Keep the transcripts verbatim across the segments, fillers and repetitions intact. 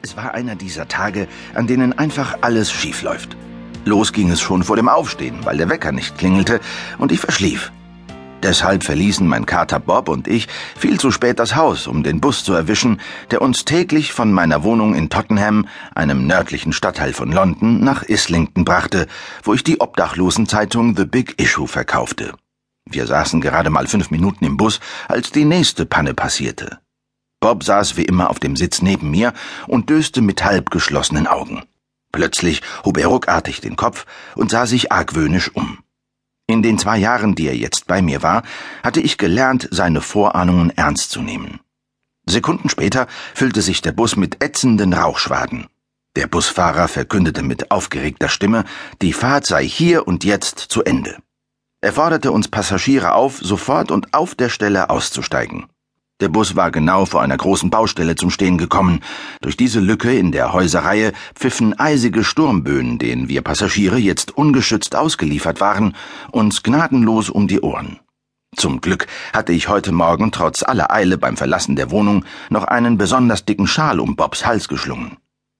Es war einer dieser Tage, an denen einfach alles schief läuft. Los ging es schon vor dem Aufstehen, weil der Wecker nicht klingelte und ich verschlief. Deshalb verließen mein Kater Bob und ich viel zu spät das Haus, um den Bus zu erwischen, der uns täglich von meiner Wohnung in Tottenham, einem nördlichen Stadtteil von London, nach Islington brachte, wo ich die Obdachlosenzeitung The Big Issue verkaufte. Wir saßen gerade mal fünf Minuten im Bus, als die nächste Panne passierte. Bob saß wie immer auf dem Sitz neben mir und döste mit halb geschlossenen Augen. Plötzlich hob er ruckartig den Kopf und sah sich argwöhnisch um. In den zwei Jahren, die er jetzt bei mir war, hatte ich gelernt, seine Vorahnungen ernst zu nehmen. Sekunden später füllte sich der Bus mit ätzenden Rauchschwaden. Der Busfahrer verkündete mit aufgeregter Stimme, die Fahrt sei hier und jetzt zu Ende. Er forderte uns Passagiere auf, sofort und auf der Stelle auszusteigen. Der Bus war genau vor einer großen Baustelle zum Stehen gekommen. Durch diese Lücke in der Häuserreihe pfiffen eisige Sturmböen, denen wir Passagiere jetzt ungeschützt ausgeliefert waren, uns gnadenlos um die Ohren. Zum Glück hatte ich heute Morgen trotz aller Eile beim Verlassen der Wohnung noch einen besonders dicken Schal um Bobs Hals geschlungen.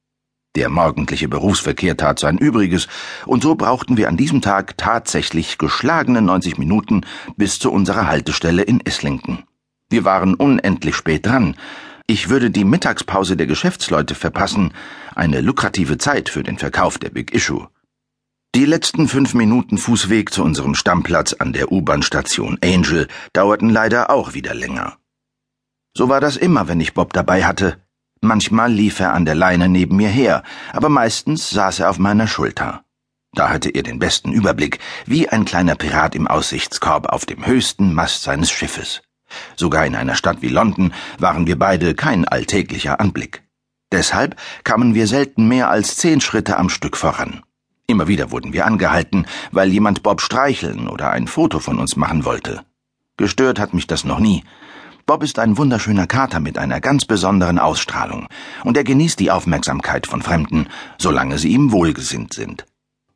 Der morgendliche Berufsverkehr tat sein Übriges, und so brauchten wir an diesem Tag tatsächlich geschlagene neunzig Minuten bis zu unserer Haltestelle in Islington. Wir waren unendlich spät dran. Ich würde die Mittagspause der Geschäftsleute verpassen, eine lukrative Zeit für den Verkauf der Big Issue. Die letzten fünf Minuten Fußweg zu unserem Stammplatz an der U-Bahn-Station Angel dauerten leider auch wieder länger. So war das immer, wenn ich Bob dabei hatte. Manchmal lief er an der Leine neben mir her, aber meistens saß er auf meiner Schulter. Da hatte er den besten Überblick, wie ein kleiner Pirat im Aussichtskorb auf dem höchsten Mast seines Schiffes. Sogar in einer Stadt wie London waren wir beide kein alltäglicher Anblick. Deshalb kamen wir selten mehr als zehn Schritte am Stück voran. Immer wieder wurden wir angehalten, weil jemand Bob streicheln oder ein Foto von uns machen wollte. Gestört hat mich das noch nie. Bob ist ein wunderschöner Kater mit einer ganz besonderen Ausstrahlung, und er genießt die Aufmerksamkeit von Fremden, solange sie ihm wohlgesinnt sind.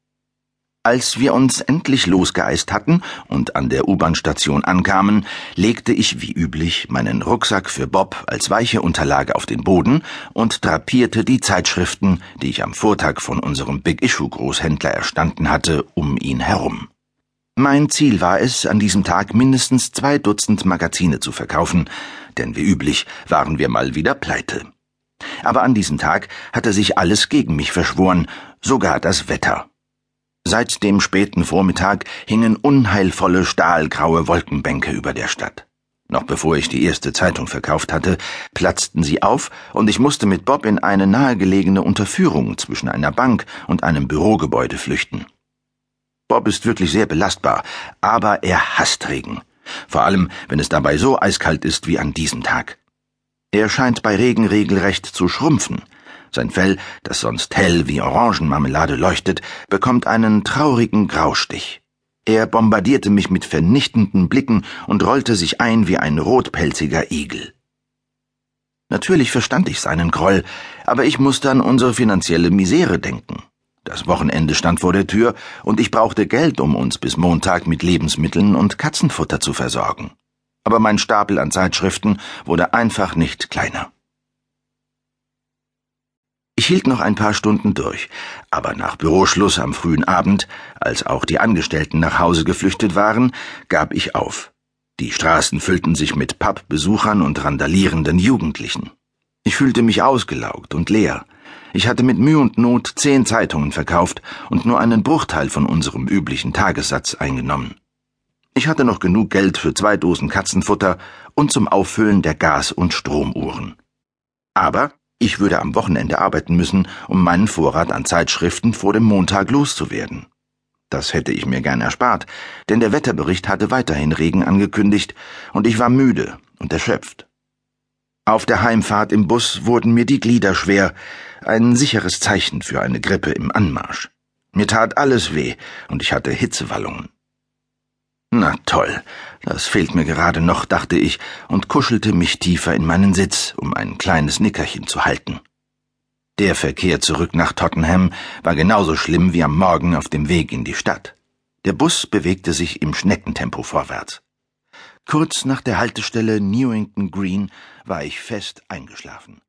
Als wir uns endlich losgeeist hatten und an der U-Bahn-Station ankamen, legte ich wie üblich meinen Rucksack für Bob als weiche Unterlage auf den Boden und drapierte die Zeitschriften, die ich am Vortag von unserem Big-Issue-Großhändler erstanden hatte, um ihn herum. Mein Ziel war es, an diesem Tag mindestens zwei Dutzend Magazine zu verkaufen, denn wie üblich waren wir mal wieder pleite. Aber an diesem Tag hatte sich alles gegen mich verschworen, sogar das Wetter. Seit dem späten Vormittag hingen unheilvolle stahlgraue Wolkenbänke über der Stadt. Noch bevor ich die erste Zeitung verkauft hatte, platzten sie auf und ich musste mit Bob in eine nahegelegene Unterführung zwischen einer Bank und einem Bürogebäude flüchten. Bob ist wirklich sehr belastbar, aber er hasst Regen. Vor allem, wenn es dabei so eiskalt ist wie an diesem Tag. Er scheint bei Regen regelrecht zu schrumpfen. Sein Fell, das sonst hell wie Orangenmarmelade leuchtet, bekommt einen traurigen Graustich. Er bombardierte mich mit vernichtenden Blicken und rollte sich ein wie ein rotpelziger Igel. Natürlich verstand ich seinen Groll, aber ich musste an unsere finanzielle Misere denken. Das Wochenende stand vor der Tür und ich brauchte Geld, um uns bis Montag mit Lebensmitteln und Katzenfutter zu versorgen. Aber mein Stapel an Zeitschriften wurde einfach nicht kleiner. Ich hielt noch ein paar Stunden durch, aber nach Büroschluss am frühen Abend, als auch die Angestellten nach Hause geflüchtet waren, gab ich auf. Die Straßen füllten sich mit Pubbesuchern und randalierenden Jugendlichen. Ich fühlte mich ausgelaugt und leer. Ich hatte mit Mühe und Not zehn Zeitungen verkauft und nur einen Bruchteil von unserem üblichen Tagessatz eingenommen. Ich hatte noch genug Geld für zwei Dosen Katzenfutter und zum Auffüllen der Gas- und Stromuhren. Aber ich würde am Wochenende arbeiten müssen, um meinen Vorrat an Zeitschriften vor dem Montag loszuwerden. Das hätte ich mir gern erspart, denn der Wetterbericht hatte weiterhin Regen angekündigt und ich war müde und erschöpft. Auf der Heimfahrt im Bus wurden mir die Glieder schwer, ein sicheres Zeichen für eine Grippe im Anmarsch. Mir tat alles weh und ich hatte Hitzewallungen. Na toll, das fehlt mir gerade noch, dachte ich und kuschelte mich tiefer in meinen Sitz, um ein kleines Nickerchen zu halten. Der Verkehr zurück nach Tottenham war genauso schlimm wie am Morgen auf dem Weg in die Stadt. Der Bus bewegte sich im Schneckentempo vorwärts. Kurz nach der Haltestelle Newington Green war ich fest eingeschlafen.